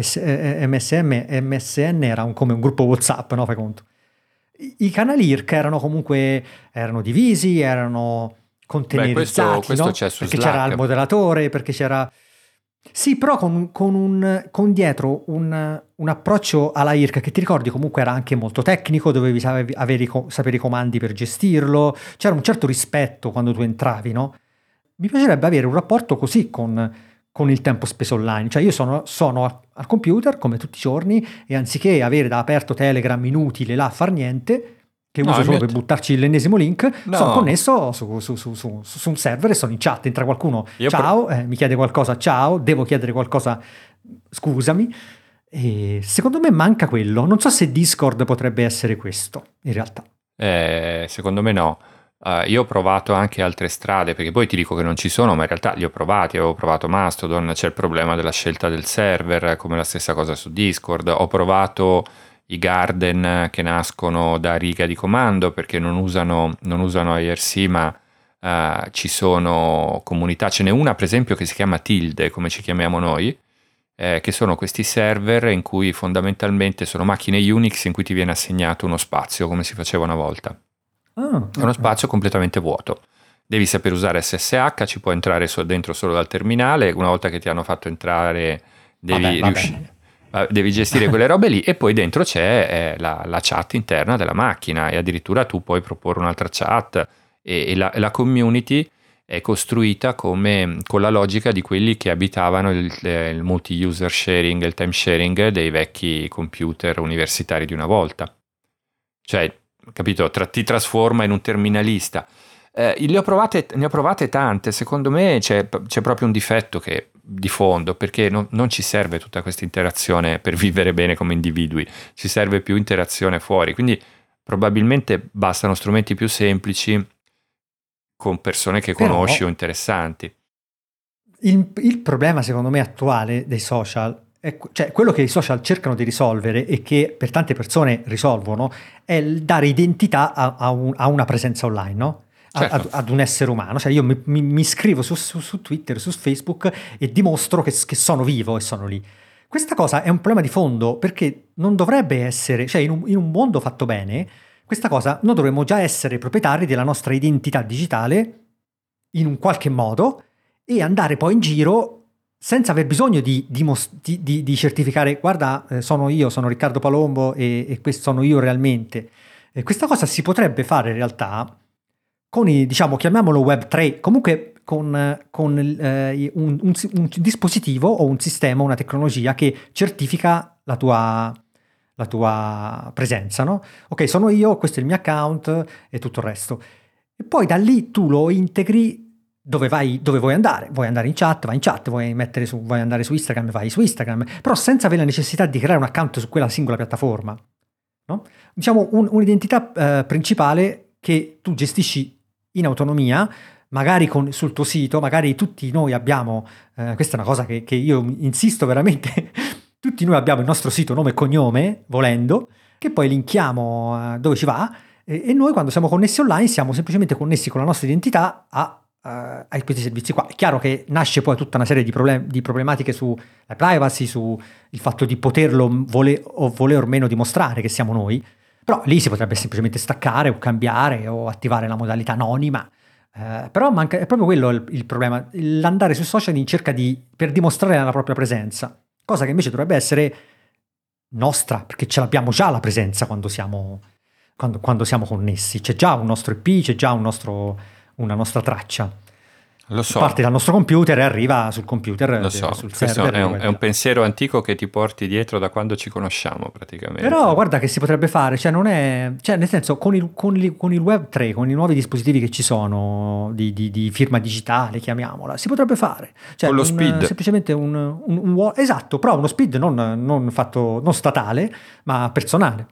MSN era come un gruppo WhatsApp, no? Fai conto. I canali IRC erano comunque divisi, erano containerizzati, questo no? c'è su perché Slack. c'era il moderatore, perché c'era... Sì, però con dietro un approccio alla IRC che ti ricordi comunque era anche molto tecnico, dovevi sapere i comandi per gestirlo, c'era un certo rispetto quando tu entravi, no? Mi piacerebbe avere un rapporto così con il tempo speso online, cioè io sono al computer come tutti i giorni e anziché avere da aperto Telegram inutile là a far niente, che uso solo per buttarci l'ennesimo link, sono connesso su un server e sono in chat, entra qualcuno, ciao, mi chiede qualcosa, ciao, devo chiedere qualcosa, scusami, e secondo me manca quello, non so se Discord potrebbe essere questo, in realtà. Secondo me no. Io ho provato anche altre strade, perché poi ti dico che non ci sono, ma in realtà li ho provati, avevo provato Mastodon, c'è il problema della scelta del server, come la stessa cosa su Discord, ho provato i garden che nascono da riga di comando perché non usano IRC, ma ci sono comunità, ce n'è una per esempio che si chiama Tilde, come ci chiamiamo noi, che sono questi server in cui fondamentalmente sono macchine Unix in cui ti viene assegnato uno spazio, come si faceva una volta. È uno spazio completamente vuoto. Devi sapere usare SSH, ci puoi entrare dentro solo dal terminale, una volta che ti hanno fatto entrare devi riuscire. devi gestire quelle robe lì e poi dentro c'è la chat interna della macchina e addirittura tu puoi proporre un'altra chat e la community è costruita con la logica di quelli che abitavano il multi-user sharing, il time sharing dei vecchi computer universitari di una volta. Cioè, capito, ti trasforma in un terminalista. Ne ho provate tante, secondo me c'è proprio un difetto di fondo, perché non ci serve tutta questa interazione per vivere bene come individui, ci serve più interazione fuori, quindi probabilmente bastano strumenti più semplici con persone che conosci o interessanti. Il problema secondo me attuale dei social, cioè quello che i social cercano di risolvere e che per tante persone risolvono, è dare identità a una presenza online, no? Certo. Ad un essere umano. Cioè io mi iscrivo su Twitter, su Facebook e dimostro che sono vivo e sono lì. Questa cosa è un problema di fondo, perché non dovrebbe essere, cioè in un mondo fatto bene, questa cosa noi dovremmo già essere proprietari della nostra identità digitale in un qualche modo e andare poi in giro senza aver bisogno di certificare, guarda, sono io, sono Riccardo Palombo e questo sono io realmente. Questa cosa si potrebbe fare in realtà con diciamo, chiamiamolo Web 3, comunque con un dispositivo o un sistema, una tecnologia che certifica la tua presenza, no? Ok, sono io, questo è il mio account e tutto il resto. E poi da lì tu lo integri dove vuoi andare. Vuoi andare in chat, vai in chat, vuoi andare su Instagram, vai su Instagram, però senza avere la necessità di creare un account su quella singola piattaforma, no? Diciamo un'identità principale che tu gestisci in autonomia, magari sul tuo sito, magari tutti noi abbiamo, questa è una cosa che io insisto veramente, tutti noi abbiamo il nostro sito nome e cognome, volendo, che poi linkiamo dove ci va, e noi quando siamo connessi online siamo semplicemente connessi con la nostra identità a questi servizi qua. È chiaro che nasce poi tutta una serie di problematiche sulla privacy, su il fatto di poterlo voler o meno dimostrare che siamo noi, però lì si potrebbe semplicemente staccare o cambiare o attivare la modalità anonima. Però è proprio quello il problema, l'andare sui social in cerca per dimostrare la propria presenza, cosa che invece dovrebbe essere nostra, perché ce l'abbiamo già la presenza quando siamo connessi, c'è già un nostro IP, c'è già una nostra traccia. Lo so. Parte dal nostro computer e arriva sul computer. Lo so, sul questo server, è un pensiero antico che ti porti dietro da quando ci conosciamo praticamente. Però guarda che si potrebbe fare, cioè non è, cioè nel senso con il Web 3, con i nuovi dispositivi che ci sono di firma digitale, chiamiamola, si potrebbe fare. Cioè, con lo SPID. Semplicemente esatto, però uno SPID non statale, ma personale.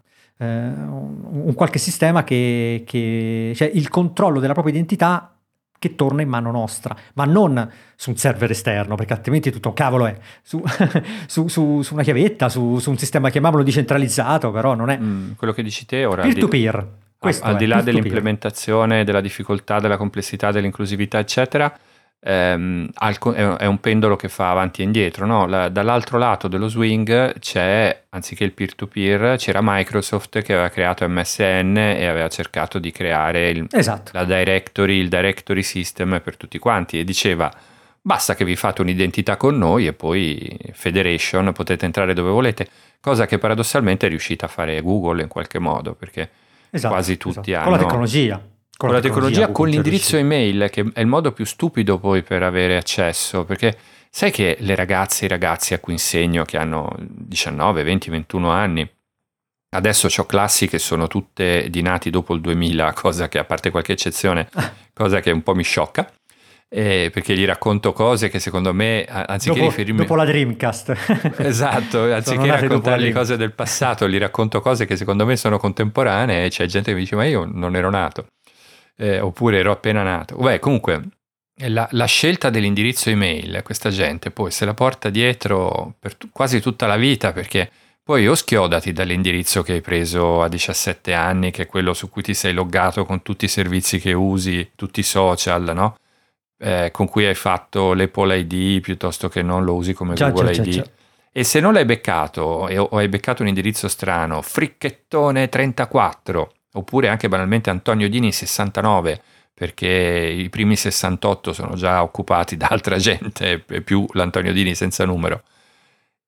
Un qualche sistema che cioè il controllo della propria identità che torna in mano nostra, ma non su un server esterno, perché altrimenti tutto un cavolo è su una chiavetta, su un sistema, chiamiamolo decentralizzato, però non è quello che dici te ora, peer-to-peer. Al di là dell'implementazione, della difficoltà, della complessità, dell'inclusività, eccetera, è un pendolo che fa avanti e indietro, no? Dall'altro lato dello swing c'è, anziché il peer-to-peer, c'era Microsoft che aveva creato MSN e aveva cercato di creare il directory system per tutti quanti e diceva basta che vi fate un'identità con noi e poi Federation, potete entrare dove volete, cosa che paradossalmente è riuscita a fare Google in qualche modo, perché quasi tutti hanno... Con la tecnologia. Con la tecnologia, con l'indirizzo email, che è il modo più stupido poi per avere accesso, perché sai che le ragazze e i ragazzi a cui insegno che hanno 19, 20, 21 anni, adesso ho classi che sono tutte di nati dopo il 2000, cosa che a parte qualche eccezione, cosa che un po' mi sciocca, perché gli racconto cose che secondo me, anziché riferirmi... Dopo la Dreamcast. Esatto, anziché raccontargli cose del passato, gli racconto cose che secondo me sono contemporanee e c'è gente che mi dice ma io non ero nato. Oppure ero appena nato. Beh, comunque la scelta dell'indirizzo email, questa gente poi se la porta dietro per quasi tutta la vita, perché poi o schiodati dall'indirizzo che hai preso a 17 anni, che è quello su cui ti sei loggato con tutti i servizi che usi, tutti i social, no? Con cui hai fatto l'Apple ID piuttosto che non lo usi come Google ID. E se non l'hai beccato o hai beccato un indirizzo strano, fricchettone 34, oppure anche banalmente Antonio Dini 69, perché i primi 68 sono già occupati da altra gente, più l'Antonio Dini senza numero.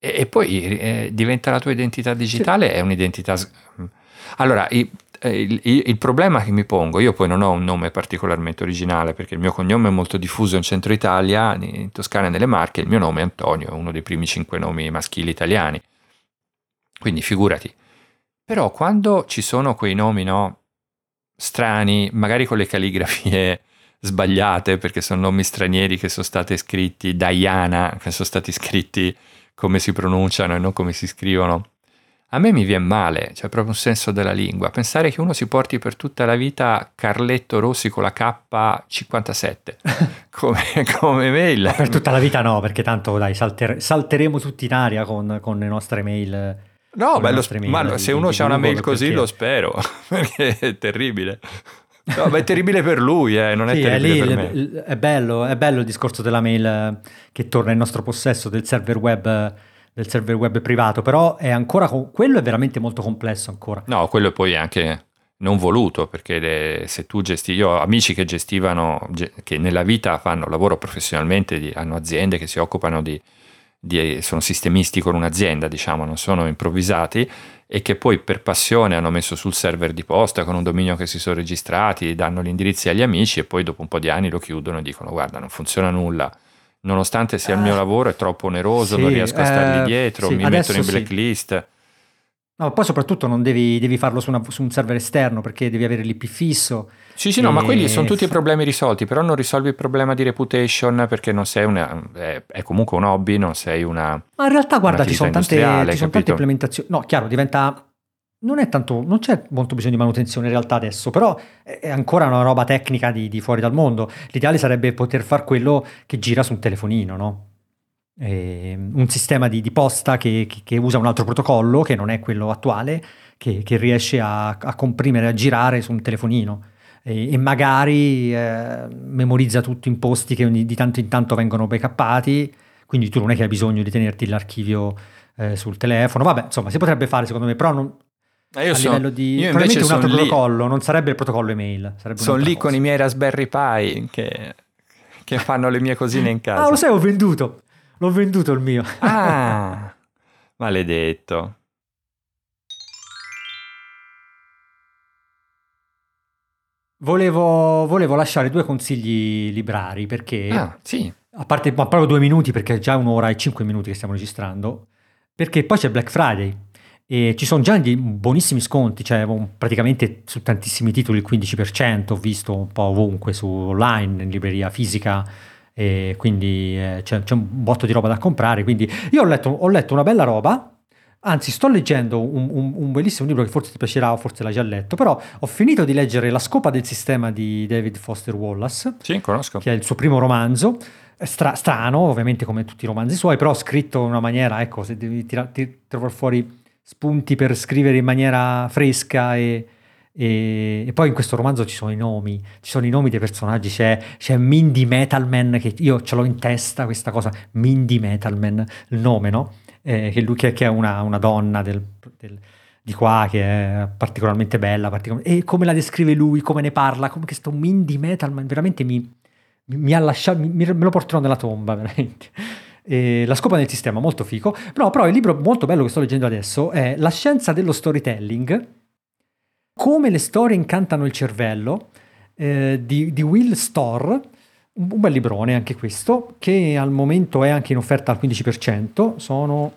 E poi diventa la tua identità Sì. digitale, è un'identità. Allora, il problema che mi pongo, io poi non ho un nome particolarmente originale perché il mio cognome è molto diffuso in centro Italia, in Toscana e nelle Marche, il mio nome è Antonio, è uno dei primi 5 nomi maschili italiani, quindi figurati. Però quando ci sono quei nomi, no, strani, magari con le calligrafie sbagliate, perché sono nomi stranieri che sono stati scritti, Diana, che sono stati scritti come si pronunciano e non come si scrivono, a me mi viene male, c'è proprio un senso della lingua. Pensare che uno si porti per tutta la vita Carletto Rossi con la K57 come mail. Ma per tutta la vita no, perché tanto dai, salteremo tutti in aria con le nostre mail, No, con le nostre mail ma se uno di ha una mail Google, così lo perché spero, perché è terribile. No, ma è terribile per lui, non è sì, è terribile lì, per me. è bello il discorso della mail che torna in nostro possesso del server web privato, però è ancora, quello è veramente molto complesso ancora. No, quello poi è anche non voluto, perché se tu io ho amici che gestivano, che nella vita fanno lavoro professionalmente, hanno aziende che si occupano sono sistemisti con un'azienda, diciamo, non sono improvvisati, e che poi per passione hanno messo sul server di posta con un dominio che si sono registrati, danno gli indirizzi agli amici e poi dopo un po' di anni lo chiudono e dicono guarda, non funziona nulla. Nonostante sia il mio lavoro, è troppo oneroso, non riesco a stargli dietro, sì, mi mettono adesso in sì. blacklist. No, poi soprattutto non devi farlo su un server esterno perché devi avere l'IP fisso. Sì, sì, no, ma quelli sono E... tutti problemi risolti, però non risolvi il problema di reputation perché non sei è comunque un hobby, non sei Ma in realtà, guarda, un'attività industriale, ci sono tante capito? implementazioni. No, chiaro, diventa. Non è tanto, non c'è molto bisogno di manutenzione in realtà adesso, però è ancora una roba tecnica di fuori dal mondo. L'ideale sarebbe poter far quello che gira su un telefonino, no? Un sistema di posta che usa un altro protocollo, che non è quello attuale, che riesce a comprimere, a girare su un telefonino. E magari memorizza tutto in posti che di tanto in tanto vengono backuppati, quindi tu non è che hai bisogno di tenerti l'archivio sul telefono. Vabbè, insomma, si potrebbe fare secondo me, però a livello di. Io invece Probabilmente un sono altro lì, protocollo, non sarebbe il protocollo email, sarebbe sono un'altra lì con cosa. i miei Raspberry Pi che fanno le mie cosine in Ah, lo casa. sai, l'ho venduto il mio. Ah, maledetto. Volevo lasciare due consigli librari perché, Ah, sì, a parte, ma proprio 2 minuti perché è già 1 ora e 5 minuti che stiamo registrando, perché poi c'è Black Friday e ci sono già dei buonissimi sconti, cioè praticamente su tantissimi titoli il 15%, ho visto un po' ovunque su online, in libreria fisica, e quindi c'è un botto di roba da comprare, quindi io ho letto una bella roba. Anzi, sto leggendo un bellissimo libro che forse ti piacerà o forse l'hai già letto, però ho finito di leggere La scopa del sistema di David Foster Wallace, sì, conosco. che è il suo primo romanzo. È strano, ovviamente come tutti i romanzi suoi, però scritto in una maniera, ecco, se devi trovare fuori spunti per scrivere in maniera fresca e poi in questo romanzo ci sono i nomi dei personaggi, c'è Mindy Metalman, che io ce l'ho in testa questa cosa, Mindy Metalman, il nome, no? Che lui che è una donna di qua che è particolarmente bella, e come la descrive lui, come ne parla, come che sto Mindy Metalman veramente mi ha lasciato, me lo porterò nella tomba, veramente. La scopa del sistema, molto fico. Però il libro molto bello che sto leggendo adesso è La scienza dello storytelling, come le storie incantano il cervello, di Will Storr, un bel librone anche questo, che al momento è anche in offerta al 15%, sono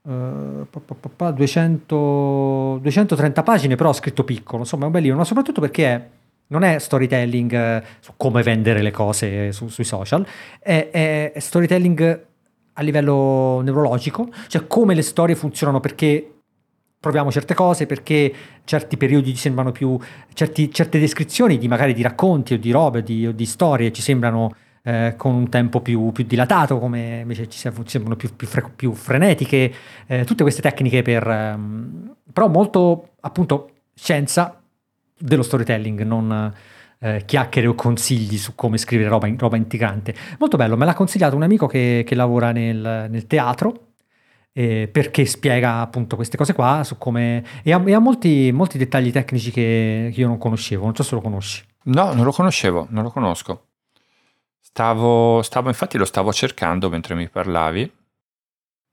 230 pagine, però scritto piccolo, insomma è un bel libro, ma soprattutto perché non è storytelling su come vendere le cose sui social, è storytelling a livello neurologico, cioè come le storie funzionano, perché proviamo certe cose, perché certi periodi ci sembrano più, certe descrizioni di magari di racconti o di robe o di storie ci sembrano con un tempo più dilatato, come invece ci sembrano più frenetiche, tutte queste tecniche però molto appunto scienza dello storytelling, non chiacchiere o consigli su come scrivere roba intrigante. Molto bello, me l'ha consigliato un amico che lavora nel teatro, perché spiega appunto queste cose qua su come e ha molti dettagli tecnici che io non conoscevo, non so se lo conosci. No, non lo conoscevo, non lo conosco. Infatti lo stavo cercando mentre mi parlavi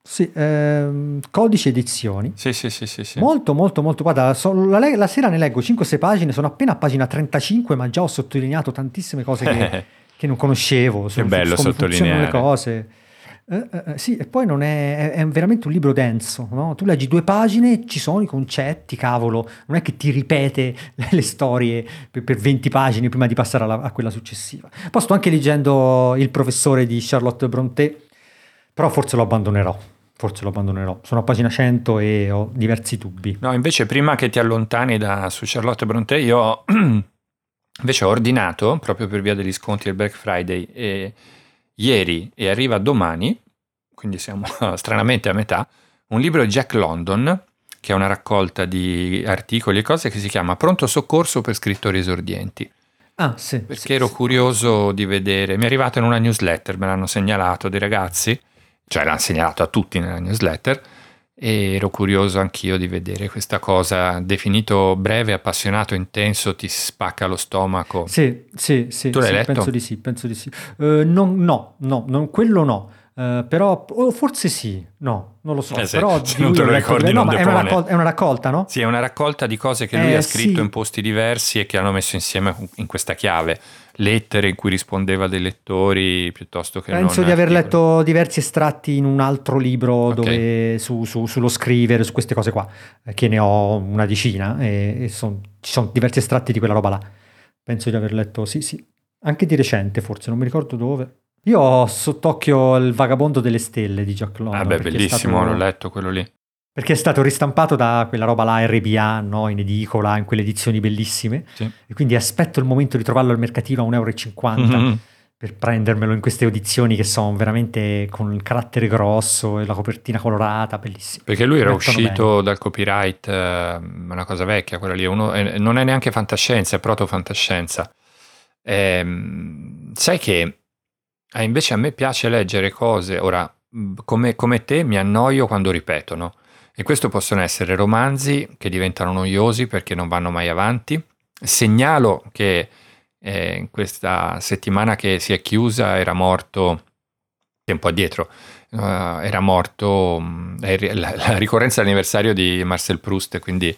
Sì, Codice Edizioni. Sì, sì, sì, sì, sì. Molto, molto, molto. Guarda, la sera ne leggo 5-6 pagine, sono appena a pagina 35, ma già ho sottolineato tantissime cose che non conoscevo Che su bello come funzionano le sottolineare. cose. Sì, e poi non è veramente un libro denso, no? Tu leggi 2 pagine, ci sono i concetti, cavolo, non è che ti ripete le storie per 20 pagine prima di passare a quella successiva. Poi sto anche leggendo Il professore di Charlotte Brontë, però forse lo abbandonerò. Forse lo abbandonerò. Sono a pagina 100 e ho diversi dubbi. No, invece prima che ti allontani su Charlotte Brontë, io invece ho ordinato, proprio per via degli sconti del Black Friday, ieri e arriva domani, quindi siamo stranamente a metà, un libro di Jack London, che è una raccolta di articoli e cose che si chiama Pronto soccorso per scrittori esordienti. Ah, sì. Perché ero curioso di vedere, mi è arrivato in una newsletter, me l'hanno segnalato dei ragazzi, cioè l'hanno segnalato a tutti nella newsletter, e ero curioso anch'io di vedere questa cosa, definito breve, appassionato, intenso, ti spacca lo stomaco. Sì, sì, Tu l'hai letto? penso di sì, penso di sì. Quello no. Però forse sì, no, non lo so. Se Però di non lui te ho lo letto ricordi non ma depone. è una raccolta, no? Sì, è una raccolta di cose che lui ha scritto Sì. in posti diversi e che hanno messo insieme in questa chiave. Lettere in cui rispondeva dei lettori piuttosto che Penso non di aver articoli. letto diversi estratti in un altro libro Ok. dove sullo scrivere, su queste cose qua, che ne ho una decina e ci sono diversi estratti di quella roba là. Penso di aver letto, sì, sì, anche di recente forse, non mi ricordo dove. Io ho sott'occhio Il vagabondo delle stelle di Jack Ah London beh, bellissimo, l'ho letto quello lì. perché è stato ristampato da quella roba là RBA, no? In edicola, in quelle edizioni bellissime. Sì. E quindi aspetto il momento di trovarlo al mercatino a 1,50 euro per prendermelo in queste edizioni che sono veramente con il carattere grosso e la copertina colorata, bellissimo. Perché lui era Mettono uscito bene. dal copyright, una cosa vecchia quella lì, non è neanche fantascienza, è proto-fantascienza. Sai che invece a me piace leggere cose, ora, come te mi annoio quando ripetono, e questo possono essere romanzi che diventano noiosi perché non vanno mai avanti. Segnalo che in questa settimana che si è chiusa era morto, tempo addietro, era morto la ricorrenza dell'anniversario di Marcel Proust, quindi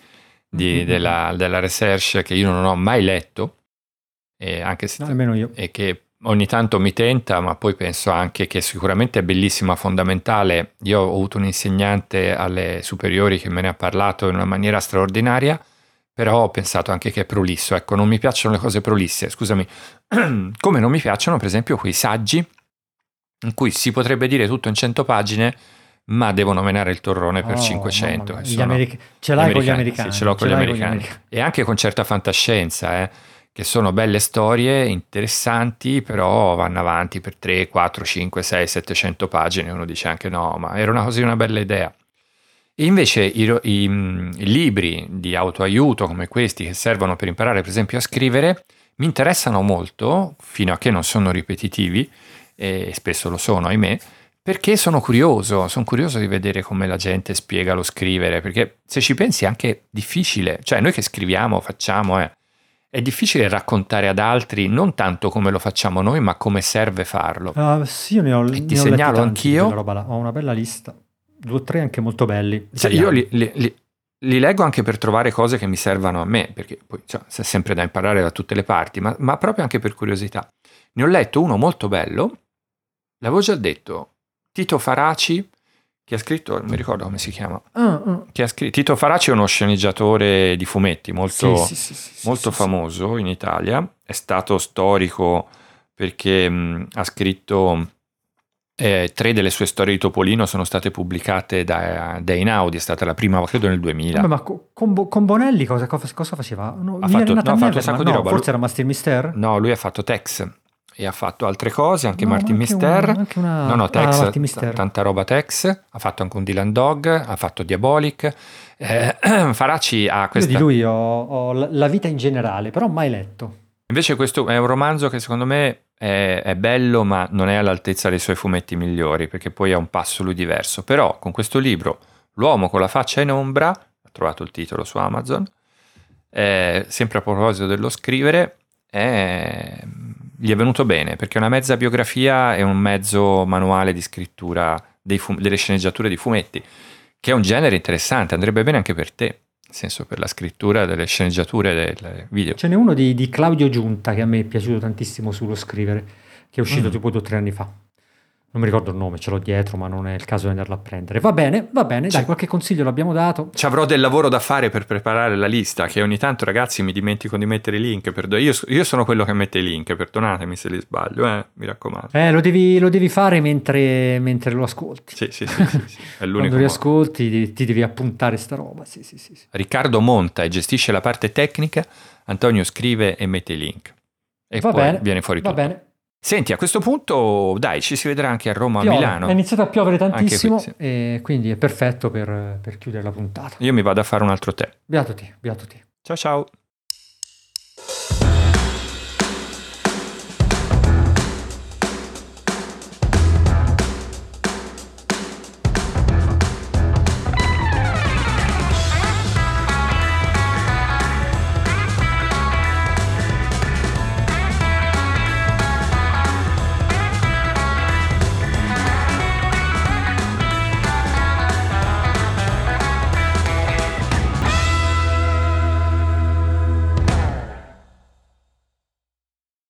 della recherche che io non ho mai letto, anche se, No, nemmeno io. e che ogni tanto mi tenta, ma poi penso anche che sicuramente è bellissima, fondamentale. Io ho avuto un insegnante alle superiori che me ne ha parlato in una maniera straordinaria, però ho pensato anche che è prolisso. Ecco, non mi piacciono le cose prolisse, scusami, come non mi piacciono per esempio quei saggi in cui si potrebbe dire tutto in 100 pagine, ma devono menare il torrone per Oh, mamma 500. mia. Che sono Ce gli l'hai con gli americani, sì, ce l'ho americani, con ce gli l'hai con gli americani. americani. E anche con certa fantascienza, che sono belle storie, interessanti, però vanno avanti per 3, 4, 5, 6, 700 pagine. Uno dice anche no, ma era così una bella idea. E invece i libri di autoaiuto come questi, che servono per imparare per esempio a scrivere, mi interessano molto, fino a che non sono ripetitivi, e spesso lo sono, ahimè, perché sono curioso di vedere come la gente spiega lo scrivere, perché se ci pensi è anche difficile, cioè noi che scriviamo, facciamo, è difficile raccontare ad altri non tanto come lo facciamo noi, ma come serve farlo. Sì, io E ti ne ho letti segnalo tanti di quella anch'io. roba là. Ho una bella lista. 2 o 3 anche molto belli, Io italiani. li leggo anche per trovare cose che mi servano a me, perché poi c'è sempre da imparare da tutte le parti, ma proprio anche per curiosità. Ne ho letto uno molto bello, l'avevo già detto, Tito Faraci, che ha scritto, non mi ricordo come si chiama, Tito Faraci è uno sceneggiatore di fumetti molto, molto famoso in Italia, è stato storico perché ha scritto 3 delle sue storie di Topolino sono state pubblicate da Einaudi, è stata la prima, credo nel 2000. Vabbè, ma con Bonelli cosa faceva? No, Ha fatto un sacco di roba. Forse era Master Mister? No, lui ha fatto Tex e ha fatto altre cose, anche No, Martin anche Mister. No, Tex, Martin Mister. tanta roba Tex. Ha fatto anche un Dylan Dog, ha fatto Diabolic. Faraci ha questa... Io di lui ho La vita in generale, però mai letto. Invece questo è un romanzo che secondo me è bello, ma non è all'altezza dei suoi fumetti migliori, perché poi ha un passo lui diverso. Però con questo libro, L'uomo con la faccia in ombra, ho trovato il titolo su Amazon, sempre a proposito dello scrivere, gli è venuto bene, perché è una mezza biografia e un mezzo manuale di scrittura delle sceneggiature di fumetti, che è un genere interessante, andrebbe bene anche per te, nel senso per la scrittura delle sceneggiature del video. Ce n'è uno di Claudio Giunta che a me è piaciuto tantissimo sullo scrivere, che è uscito tipo 2 o 3 anni fa. Non mi ricordo il nome, ce l'ho dietro, ma non è il caso di andarlo a prendere. Va bene, dai, qualche consiglio l'abbiamo dato. Ci avrò del lavoro da fare per preparare la lista, che ogni tanto, ragazzi, mi dimentico di mettere i link. Io sono quello che mette i link, perdonatemi se li sbaglio, mi raccomando. Lo devi fare mentre lo ascolti. Sì. È l'unico Quando riascolti ti devi appuntare sta roba, sì. Riccardo monta e gestisce la parte tecnica, Antonio scrive e mette i link. E va poi bene, viene fuori va tutto. Bene. Senti, a questo punto, dai, ci si vedrà anche a Roma o a Milano. È iniziato a piovere tantissimo, qui, sì. E quindi è perfetto per chiudere la puntata. Io mi vado a fare un altro tè. Beato te. Ciao.